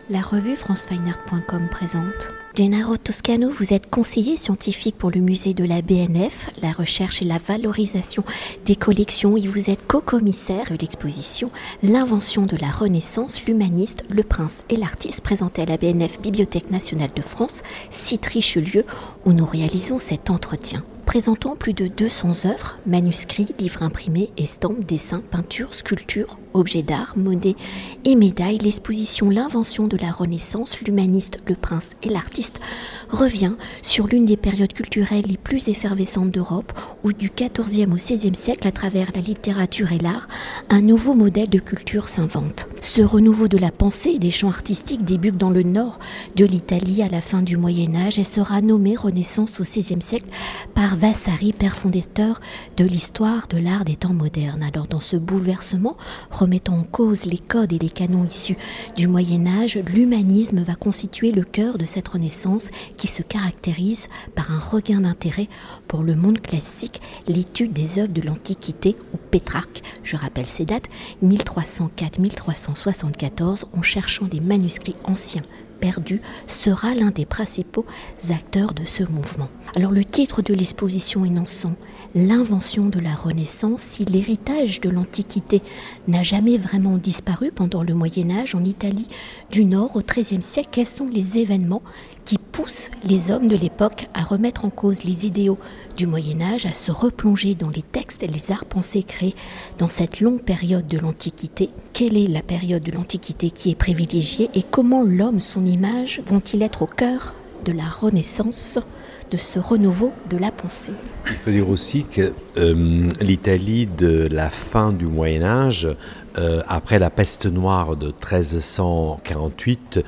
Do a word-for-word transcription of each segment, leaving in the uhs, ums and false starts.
La revue france fine art point com présente. Gennaro Toscano, vous êtes conseiller scientifique pour le musée de la B N F, la recherche et la valorisation des collections, et vous êtes co-commissaire de l'exposition L'invention de la Renaissance, l'humaniste, le prince et l'artiste, présentée à la B N F Bibliothèque nationale de France, site Richelieu, où nous réalisons cet entretien. Présentant plus de deux cents œuvres, manuscrits, livres imprimés, estampes, dessins, peintures, sculptures, objets d'art, monnaies et médailles, l'exposition L'invention de la Renaissance, l'humaniste, le prince et l'artiste revient sur l'une des périodes culturelles les plus effervescentes d'Europe, où du quatorzième au seizième siècle, à travers la littérature et l'art, un nouveau modèle de culture s'invente. Ce renouveau de la pensée et des champs artistiques débute dans le nord de l'Italie à la fin du Moyen-Âge et sera nommé Renaissance au seizième siècle par Vasari, père fondateur de l'histoire de l'art des temps modernes. Alors dans ce bouleversement, remettant en cause les codes et les canons issus du Moyen-Âge, l'humanisme va constituer le cœur de cette Renaissance qui se caractérise par un regain d'intérêt pour le monde classique, l'étude des œuvres de l'Antiquité ou Pétrarque, je rappelle ces dates, mille trois cent quatre à mille trois cent soixante-quatorze, en cherchant des manuscrits anciens perdu, sera l'un des principaux acteurs de ce mouvement. Alors le titre de l'exposition énonçant l'invention de la Renaissance, si l'héritage de l'Antiquité n'a jamais vraiment disparu pendant le Moyen-Âge en Italie du Nord au treizième siècle, quels sont les événements qui poussent les hommes de l'époque à remettre en cause les idéaux du Moyen-Âge, à se replonger dans les textes et les arts pensés créés dans cette longue période de l'Antiquité? Quelle est la période de l'Antiquité qui est privilégiée et comment l'homme, son image, vont-ils être au cœur de la Renaissance, de ce renouveau de la pensée? Il faut dire aussi que euh, l'Italie de la fin du Moyen-Âge, euh, après la peste noire de treize cent quarante-huit,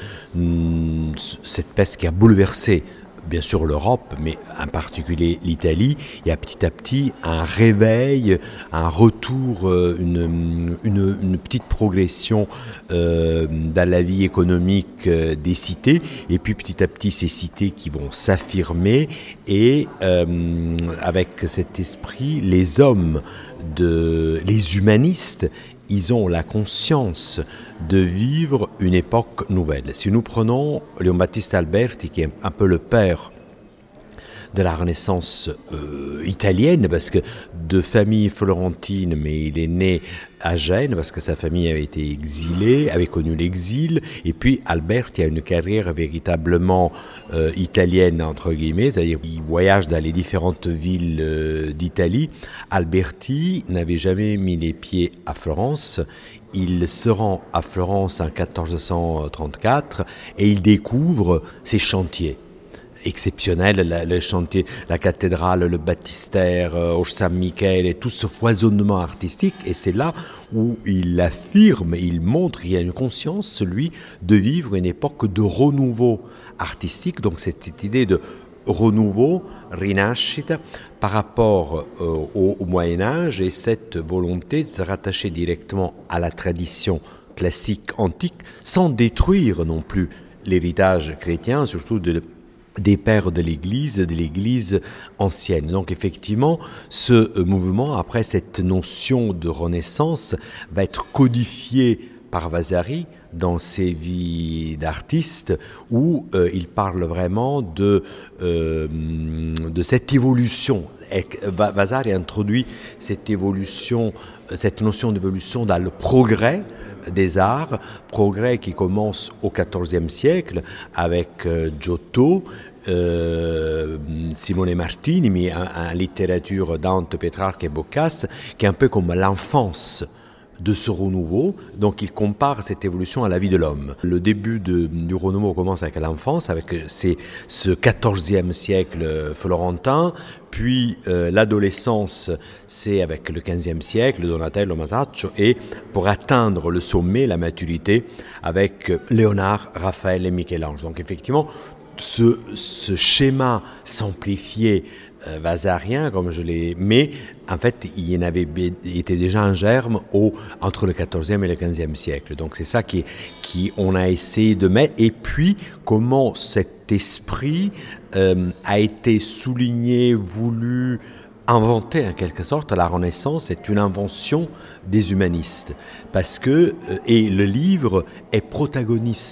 hum, cette peste qui a bouleversé bien sûr l'Europe, mais en particulier l'Italie, il y a petit à petit un réveil, un retour, une, une, une petite progression euh, dans la vie économique euh, des cités, et puis petit à petit ces cités qui vont s'affirmer, et euh, avec cet esprit, les hommes, de, les humanistes, ils ont la conscience de vivre une époque nouvelle. Si nous prenons Léon Battista Alberti, qui est un peu le père de la Renaissance euh, italienne, parce que de famille florentine, mais il est né à Gênes, parce que sa famille avait été exilée, avait connu l'exil, et puis Alberti a une carrière véritablement euh, italienne, entre guillemets, c'est-à-dire qu'il voyage dans les différentes villes euh, d'Italie. Alberti n'avait jamais mis les pieds à Florence. Il se rend à Florence en quatorze cent trente-quatre et il découvre ces chantiers exceptionnels, la, le chantier, la cathédrale, le baptistère, euh, San Michele, et tout ce foisonnement artistique. Et c'est là où il affirme, il montre qu'il y a une conscience, celui de vivre une époque de renouveau artistique. Donc cette idée de renouveau, rinascita, par rapport euh, au, au Moyen-Âge, et cette volonté de se rattacher directement à la tradition classique antique, sans détruire non plus l'héritage chrétien, surtout de, des pères de l'Église, de l'Église ancienne. Donc effectivement, ce mouvement, après cette notion de renaissance, va être codifié par Vasari dans ses vies d'artistes, où euh, il parle vraiment de, euh, de cette évolution. Et Vasari introduit cette évolution, cette notion d'évolution dans le progrès des arts, progrès qui commence au quatorzième siècle avec euh, Giotto, euh, Simone Martini, mais en, en littérature Dante, Pétrarque et Boccace, qui est un peu comme l'enfance de ce renouveau. Donc il compare cette évolution à la vie de l'homme. Le début de, du renouveau commence avec l'enfance, avec ces, ce quatorzième siècle florentin, puis euh, l'adolescence, c'est avec le quinzième siècle, Donatello, Masaccio, et pour atteindre le sommet, la maturité, avec Léonard, Raphaël et Michel-Ange. Donc effectivement, ce, ce schéma simplifié Euh, vasarien, comme je l'ai, mais en fait, il y en avait était déjà un germe au, entre le quatorzième et le quinzième siècle. Donc c'est ça qui, qui on a essayé de mettre. Et puis, comment cet esprit euh, a été souligné, voulu, inventé en quelque sorte. La Renaissance est une invention des humanistes. Parce que, et le livre est protagoniste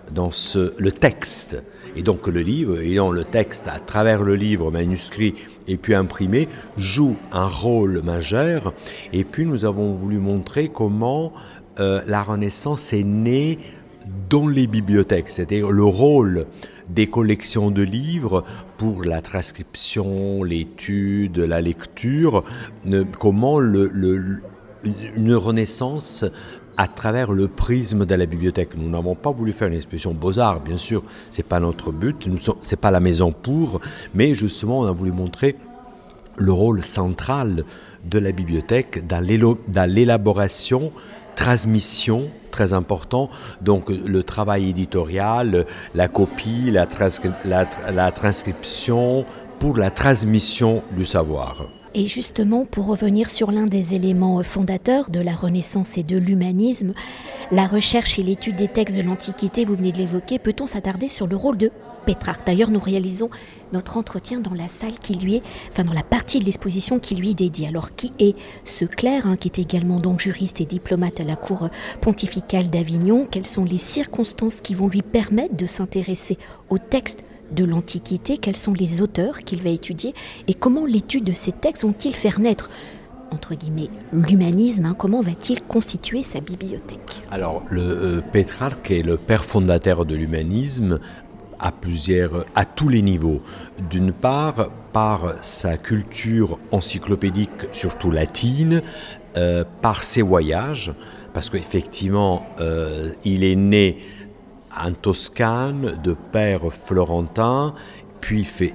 dans ce, le texte. Et donc le livre, ayant le texte à travers le livre manuscrit et puis imprimé, joue un rôle majeur. Et puis nous avons voulu montrer comment euh, la Renaissance est née dans les bibliothèques, c'est-à-dire le rôle des collections de livres pour la transcription, l'étude, la lecture, euh, comment le, le, une Renaissance à travers le prisme de la bibliothèque. Nous n'avons pas voulu faire une exposition Beaux-Arts, bien sûr, ce n'est pas notre but, ce n'est pas la maison pour, mais justement on a voulu montrer le rôle central de la bibliothèque dans l'élaboration, transmission, très important, donc le travail éditorial, la copie, la, transcri- la, la transcription pour la transmission du savoir. Et justement, pour revenir sur l'un des éléments fondateurs de la Renaissance et de l'humanisme, la recherche et l'étude des textes de l'Antiquité, vous venez de l'évoquer, peut-on s'attarder sur le rôle de Pétrarque? D'ailleurs, nous réalisons notre entretien dans la salle qui lui est, enfin dans la partie de l'exposition qui lui est dédiée. Alors, qui est ce clerc, hein, qui est également donc juriste et diplomate à la cour pontificale d'Avignon? Quelles sont les circonstances qui vont lui permettre de s'intéresser aux textes de l'Antiquité? Quels sont les auteurs qu'il va étudier et comment l'étude de ces textes vont-ils faire naître, entre guillemets, l'humanisme, hein, comment va-t-il constituer sa bibliothèque? Alors, le euh, Pétrarque est le père fondateur de l'humanisme à plusieurs, à tous les niveaux. D'une part, par sa culture encyclopédique, surtout latine, euh, par ses voyages, parce qu'effectivement, euh, il est né en Toscane, de père florentin, puis fait,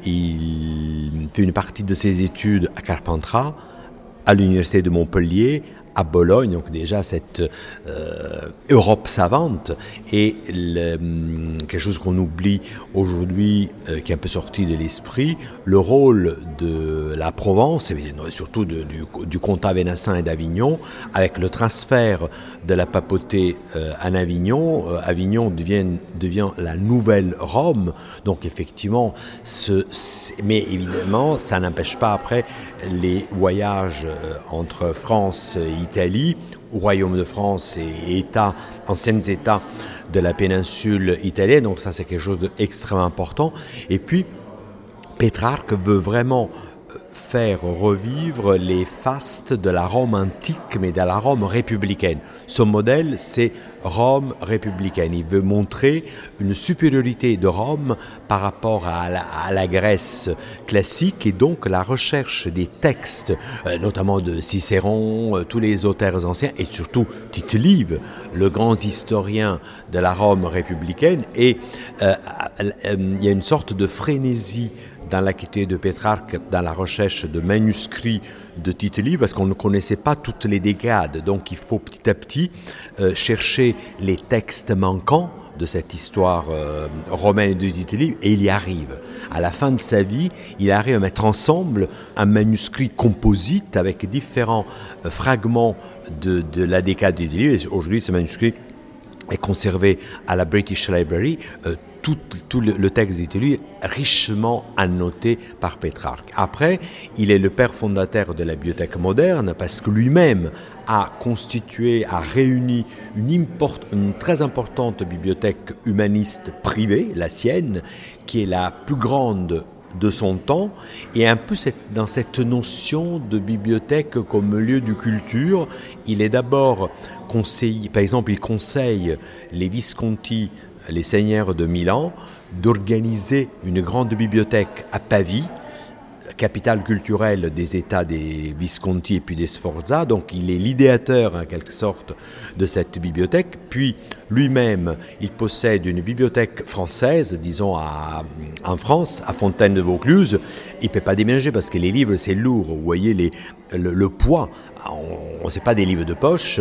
il fait une partie de ses études à Carpentras, à l'université de Montpellier, à Bologne, donc déjà cette euh, Europe savante, et le, quelque chose qu'on oublie aujourd'hui, euh, qui est un peu sorti de l'esprit, le rôle de la Provence, et surtout de, du, du comtat vénacin et d'Avignon, avec le transfert de la papauté euh, en Avignon. Euh, Avignon devient, devient la nouvelle Rome, donc effectivement, ce, mais évidemment, ça n'empêche pas après les voyages euh, entre France et Italie, Royaume de France et États, anciens États de la péninsule italienne, donc ça c'est quelque chose d'extrêmement important. Et puis Pétrarque veut vraiment faire revivre les fastes de la Rome antique, mais de la Rome républicaine. Son modèle, c'est Rome républicaine. Il veut montrer une supériorité de Rome par rapport à la, à la Grèce classique, et donc la recherche des textes, euh, notamment de Cicéron, euh, tous les auteurs anciens, et surtout Tite-Live, le grand historien de la Rome républicaine. Et euh, euh, il y a une sorte de frénésie dans l'activité de Pétrarque, dans la recherche de manuscrits de Tite-Live, parce qu'on ne connaissait pas toutes les décades. Donc il faut petit à petit euh, chercher les textes manquants de cette histoire euh, romaine de Tite-Live, et il y arrive. À la fin de sa vie, il arrive à mettre ensemble un manuscrit composite avec différents euh, fragments de, de la décade de Tite-Live. Et aujourd'hui, ce manuscrit est conservé à la British Library. Euh, Tout, tout le, le texte de Tite-Live richement annoté par Pétrarque. Après, il est le père fondateur de la bibliothèque moderne parce que lui-même a constitué, a réuni une, import, une très importante bibliothèque humaniste privée, la sienne, qui est la plus grande de son temps, et un peu cette, dans cette notion de bibliothèque comme lieu de culture. Il est d'abord conseillé, par exemple, il conseille les Visconti, les seigneurs de Milan, d'organiser une grande bibliothèque à Pavie, capitale culturelle des États des Visconti et puis des Sforza. Donc il est l'idéateur en quelque sorte de cette bibliothèque. Puis lui-même, il possède une bibliothèque française, disons à, en France, à Fontaine de Vaucluse. Il ne peut pas déménager parce que les livres c'est lourd. Vous voyez les, le, le poids, on ne sait pas des livres de poche.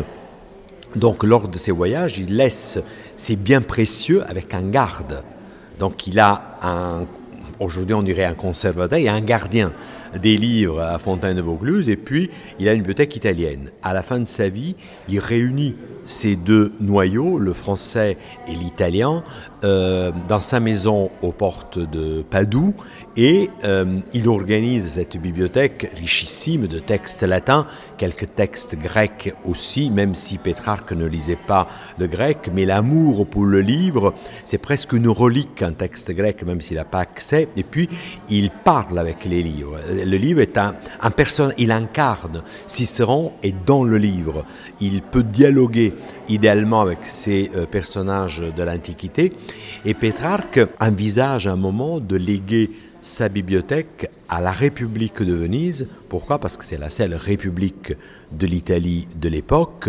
Donc, lors de ses voyages, il laisse ses biens précieux avec un garde. Donc, il a un, aujourd'hui on dirait un conservateur, il y a un gardien des livres à Fontaine-de-Vaucluse et puis il a une bibliothèque italienne. À la fin de sa vie, il réunit ces deux noyaux, le français et l'italien, euh, dans sa maison aux portes de Padoue et euh, il organise cette bibliothèque richissime de textes latins, quelques textes grecs aussi, même si Pétrarque ne lisait pas le grec, mais l'amour pour le livre, c'est presque une relique, un texte grec, même s'il n'a pas accès, et puis il parle avec les livres. Le livre est un, un personnage, il incarne, Cicéron est dans le livre, il peut dialoguer idéalement avec ces euh, personnages de l'Antiquité, et Pétrarque envisage un moment de léguer sa bibliothèque à la République de Venise. Pourquoi ? Parce que c'est la seule république de l'Italie de l'époque.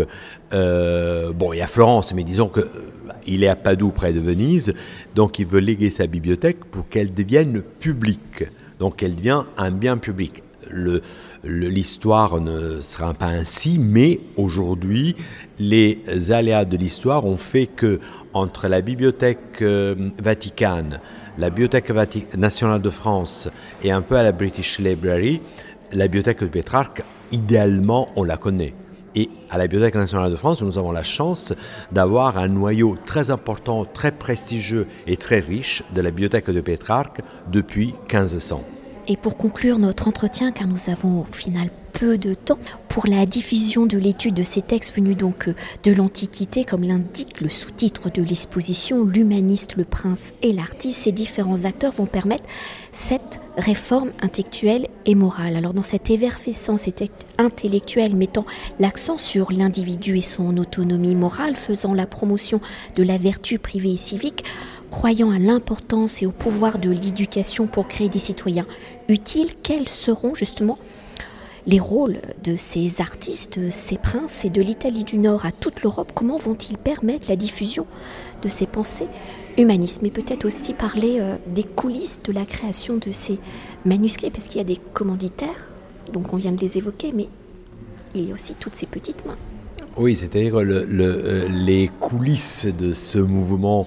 Euh, bon, il y a Florence, mais disons qu'il est à Padoue, près de Venise, donc il veut léguer sa bibliothèque pour qu'elle devienne publique, donc qu'elle devienne un bien public. Le, le, l'histoire ne sera pas ainsi, mais aujourd'hui, les aléas de l'histoire ont fait que entre la bibliothèque euh, vaticane, la Bibliothèque nationale de France et un peu à la British Library, la bibliothèque de Pétrarque, idéalement, on la connaît. Et à la Bibliothèque nationale de France, nous avons la chance d'avoir un noyau très important, très prestigieux et très riche de la Bibliothèque de Pétrarque depuis quinze cents. Et pour conclure notre entretien, car nous avons au final peu de temps, pour la diffusion de l'étude de ces textes venus donc de l'Antiquité, comme l'indique le sous-titre de l'exposition, l'humaniste, le prince et l'artiste, ces différents acteurs vont permettre cette réforme intellectuelle et morale. Alors dans cette effervescence intellectuelle mettant l'accent sur l'individu et son autonomie morale, faisant la promotion de la vertu privée et civique, croyant à l'importance et au pouvoir de l'éducation pour créer des citoyens utiles, quels seront justement les rôles de ces artistes, de ces princes et de l'Italie du Nord à toute l'Europe? Comment vont-ils permettre la diffusion de ces pensées humanistes? Mais peut-être aussi parler euh, des coulisses de la création de ces manuscrits, parce qu'il y a des commanditaires, donc on vient de les évoquer, mais il y a aussi toutes ces petites mains. Oui, c'est-à-dire le, le, les coulisses de ce mouvement,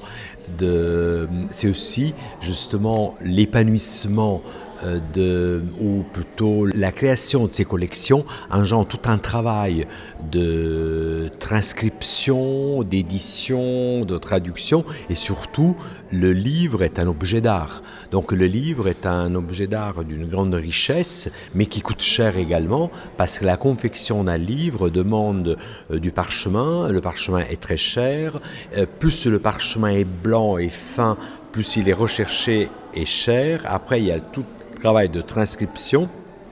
de, c'est aussi justement l'épanouissement de, ou plutôt la création de ces collections, engendre tout un travail de transcription, d'édition, de traduction, et surtout le livre est un objet d'art. Donc le livre est un objet d'art d'une grande richesse, mais qui coûte cher également, parce que la confection d'un livre demande euh, du parchemin, le parchemin est très cher, euh, plus le parchemin est blanc et fin, plus il est recherché et cher. Après il y a tout travail de transcription,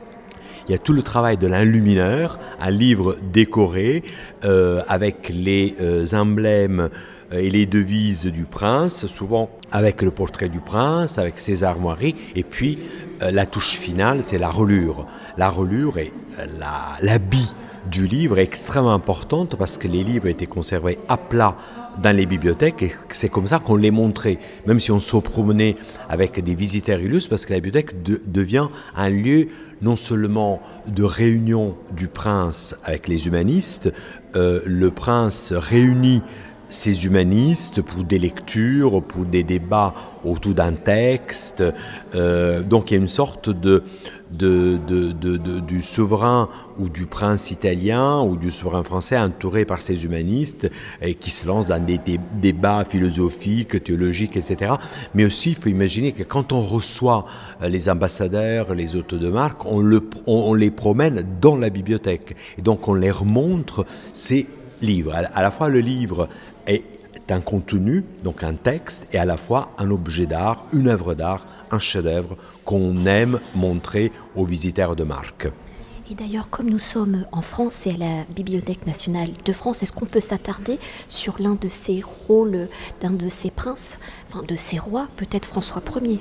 il y a tout le travail de l'enlumineur, un livre décoré euh, avec les euh, emblèmes et les devises du prince, souvent avec le portrait du prince, avec ses armoiries, et puis euh, la touche finale, c'est la relure. La relure et la, l'habit du livre est extrêmement importante parce que les livres étaient conservés à plat dans les bibliothèques, et c'est comme ça qu'on les montrait, même si on se promenait avec des visiteurs illustres, parce que la bibliothèque de, devient un lieu non seulement de réunion du prince avec les humanistes, euh, le prince réunit ces humanistes pour des lectures, pour des débats autour d'un texte, euh, donc il y a une sorte de De, de, de, de, du souverain ou du prince italien ou du souverain français entouré par ces humanistes et qui se lancent dans des, des débats philosophiques, théologiques, et cetera. Mais aussi, il faut imaginer que quand on reçoit les ambassadeurs, les hôtes de marque, on, le, on, on les promène dans la bibliothèque. Et donc, on leur montre ces livres. À, à la fois, le livre est un contenu, donc un texte, et à la fois un objet d'art, une œuvre d'art, un chef-d'œuvre qu'on aime montrer aux visiteurs de marque. Et d'ailleurs, comme nous sommes en France et à la Bibliothèque nationale de France, est-ce qu'on peut s'attarder sur l'un de ces rôles d'un de ces princes, enfin de ces rois, peut-être François Ier?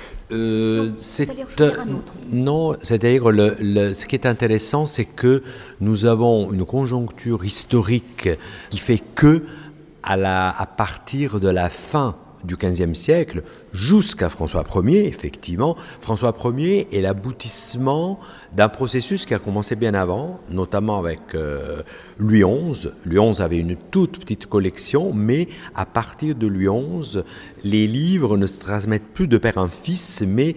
Euh, non, c'est, un autre. Non, c'est-à-dire le, le, ce qui est intéressant, c'est que nous avons une conjoncture historique qui fait que à, la, à partir de la fin du quinzième siècle jusqu'à François Ier, effectivement, François Ier est l'aboutissement d'un processus qui a commencé bien avant, notamment avec euh, Louis onze. Louis onze avait une toute petite collection, mais à partir de Louis onze, les livres ne se transmettent plus de père en fils, mais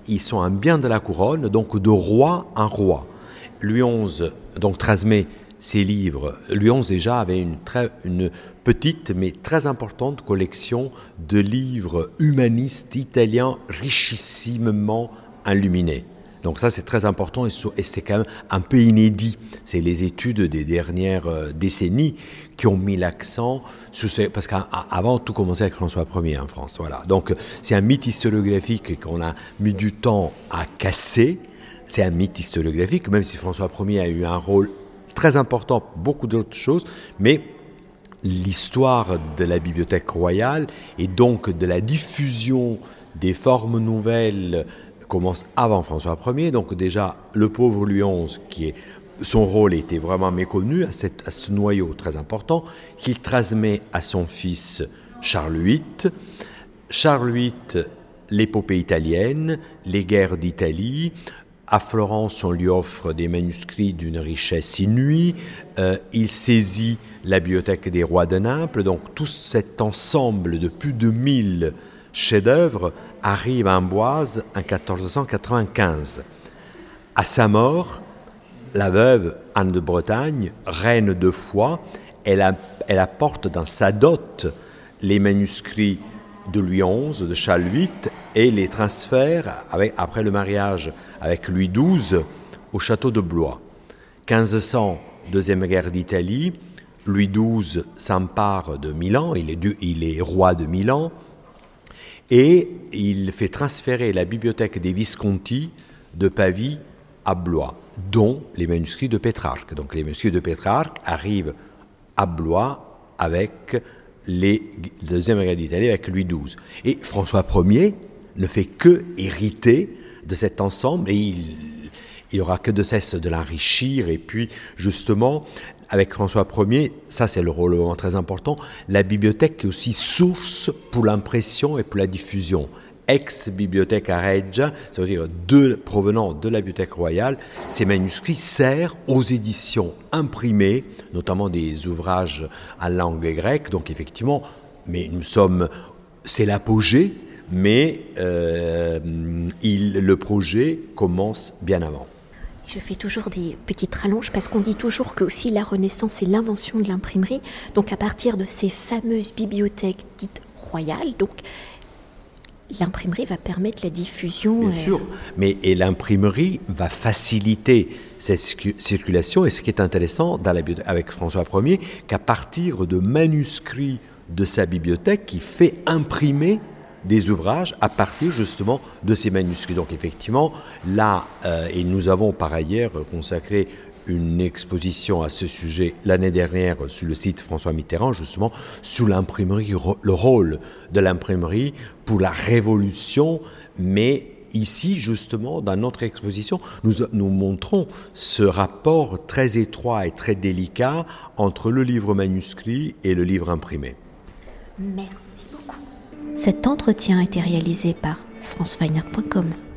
ils sont un bien de la couronne, donc de roi en roi. Louis onze donc transmet ses livres. Louis onze déjà avait une, très, une petite mais très importante collection de livres humanistes italiens richissimement illuminés. Donc ça c'est très important et c'est quand même un peu inédit. C'est les études des dernières décennies qui ont mis l'accent sur ce, parce qu'avant tout commençait avec François Ier en France. Voilà. Donc c'est un mythe historiographique qu'on a mis du temps à casser. C'est un mythe historiographique, même si François Ier a eu un rôle très important, beaucoup d'autres choses, mais l'histoire de la Bibliothèque royale et donc de la diffusion des formes nouvelles commence avant François Ier. Donc déjà, le pauvre Louis onze, qui est, son rôle était vraiment méconnu à, cette, à ce noyau très important, qu'il transmet à son fils Charles huit. Charles huit, l'épopée italienne, les guerres d'Italie. À Florence, on lui offre des manuscrits d'une richesse inouïe. Euh, il saisit la bibliothèque des rois de Naples. Donc tout cet ensemble de plus de mille chefs-d'œuvre arrive à Amboise en quatorze cent quatre-vingt-quinze. À sa mort, la veuve Anne de Bretagne, reine de foi, elle, a, elle apporte dans sa dot les manuscrits de Louis onze, de Charles huit, et les transfère avec, après le mariage avec Louis douze au château de Blois. quinze cents, deuxième guerre d'Italie, Louis douze s'empare de Milan, il est, du, il est roi de Milan, et il fait transférer la bibliothèque des Visconti de Pavie à Blois, dont les manuscrits de Pétrarque. Donc les manuscrits de Pétrarque arrivent à Blois avec les la deuxième guerre d'Italie avec Louis douze. Et François Ier ne fait que hériter de cet ensemble et il il aura que de cesse de l'enrichir. Et puis justement, avec François Ier, ça c'est le rôle vraiment très important, la bibliothèque est aussi source pour l'impression et pour la diffusion. Ex-bibliotheca regia, ça veut dire de, provenant de la bibliothèque royale, ces manuscrits servent aux éditions imprimées, notamment des ouvrages en langue grecque. Donc effectivement, mais nous sommes, c'est l'apogée, mais euh, il, le projet commence bien avant. Je fais toujours des petites rallonges parce qu'on dit toujours que aussi la Renaissance, c'est l'invention de l'imprimerie. Donc à partir de ces fameuses bibliothèques dites royales, donc l'imprimerie va permettre la diffusion. Bien euh... sûr, mais et l'imprimerie va faciliter cette circulation. Et ce qui est intéressant dans la, avec François Ier, qu'à partir de manuscrits de sa bibliothèque, il fait imprimer des ouvrages à partir justement de ces manuscrits. Donc effectivement, là, euh, et nous avons par ailleurs consacré une exposition à ce sujet l'année dernière sur le site François Mitterrand, justement, sur l'imprimerie, le rôle de l'imprimerie pour la révolution. Mais ici, justement, dans notre exposition, nous, nous montrons ce rapport très étroit et très délicat entre le livre manuscrit et le livre imprimé. Merci beaucoup. Cet entretien a été réalisé par france weiner point com.